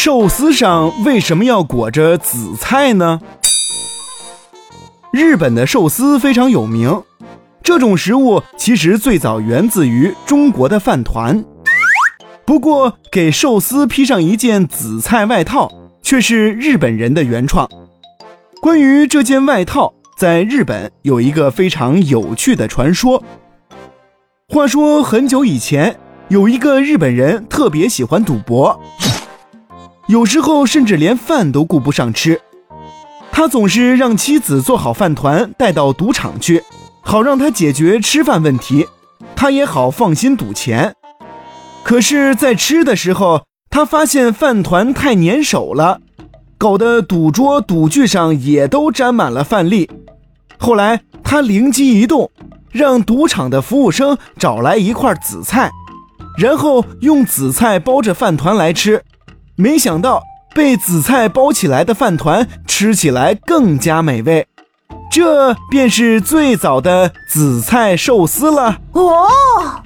寿司上为什么要裹着紫菜呢？日本的寿司非常有名，这种食物其实最早源自于中国的饭团。不过给寿司披上一件紫菜外套却是日本人的原创。关于这件外套，在日本有一个非常有趣的传说。话说很久以前，有一个日本人特别喜欢赌博，有时候甚至连饭都顾不上吃。他总是让妻子做好饭团带到赌场去，好让他解决吃饭问题，他也好放心赌钱。可是在吃的时候，他发现饭团太粘手了，搞得赌桌赌具上也都沾满了饭粒。后来他灵机一动，让赌场的服务生找来一块紫菜，然后用紫菜包着饭团来吃。没想到被紫菜包起来的饭团吃起来更加美味，这便是最早的紫菜寿司了。 哦。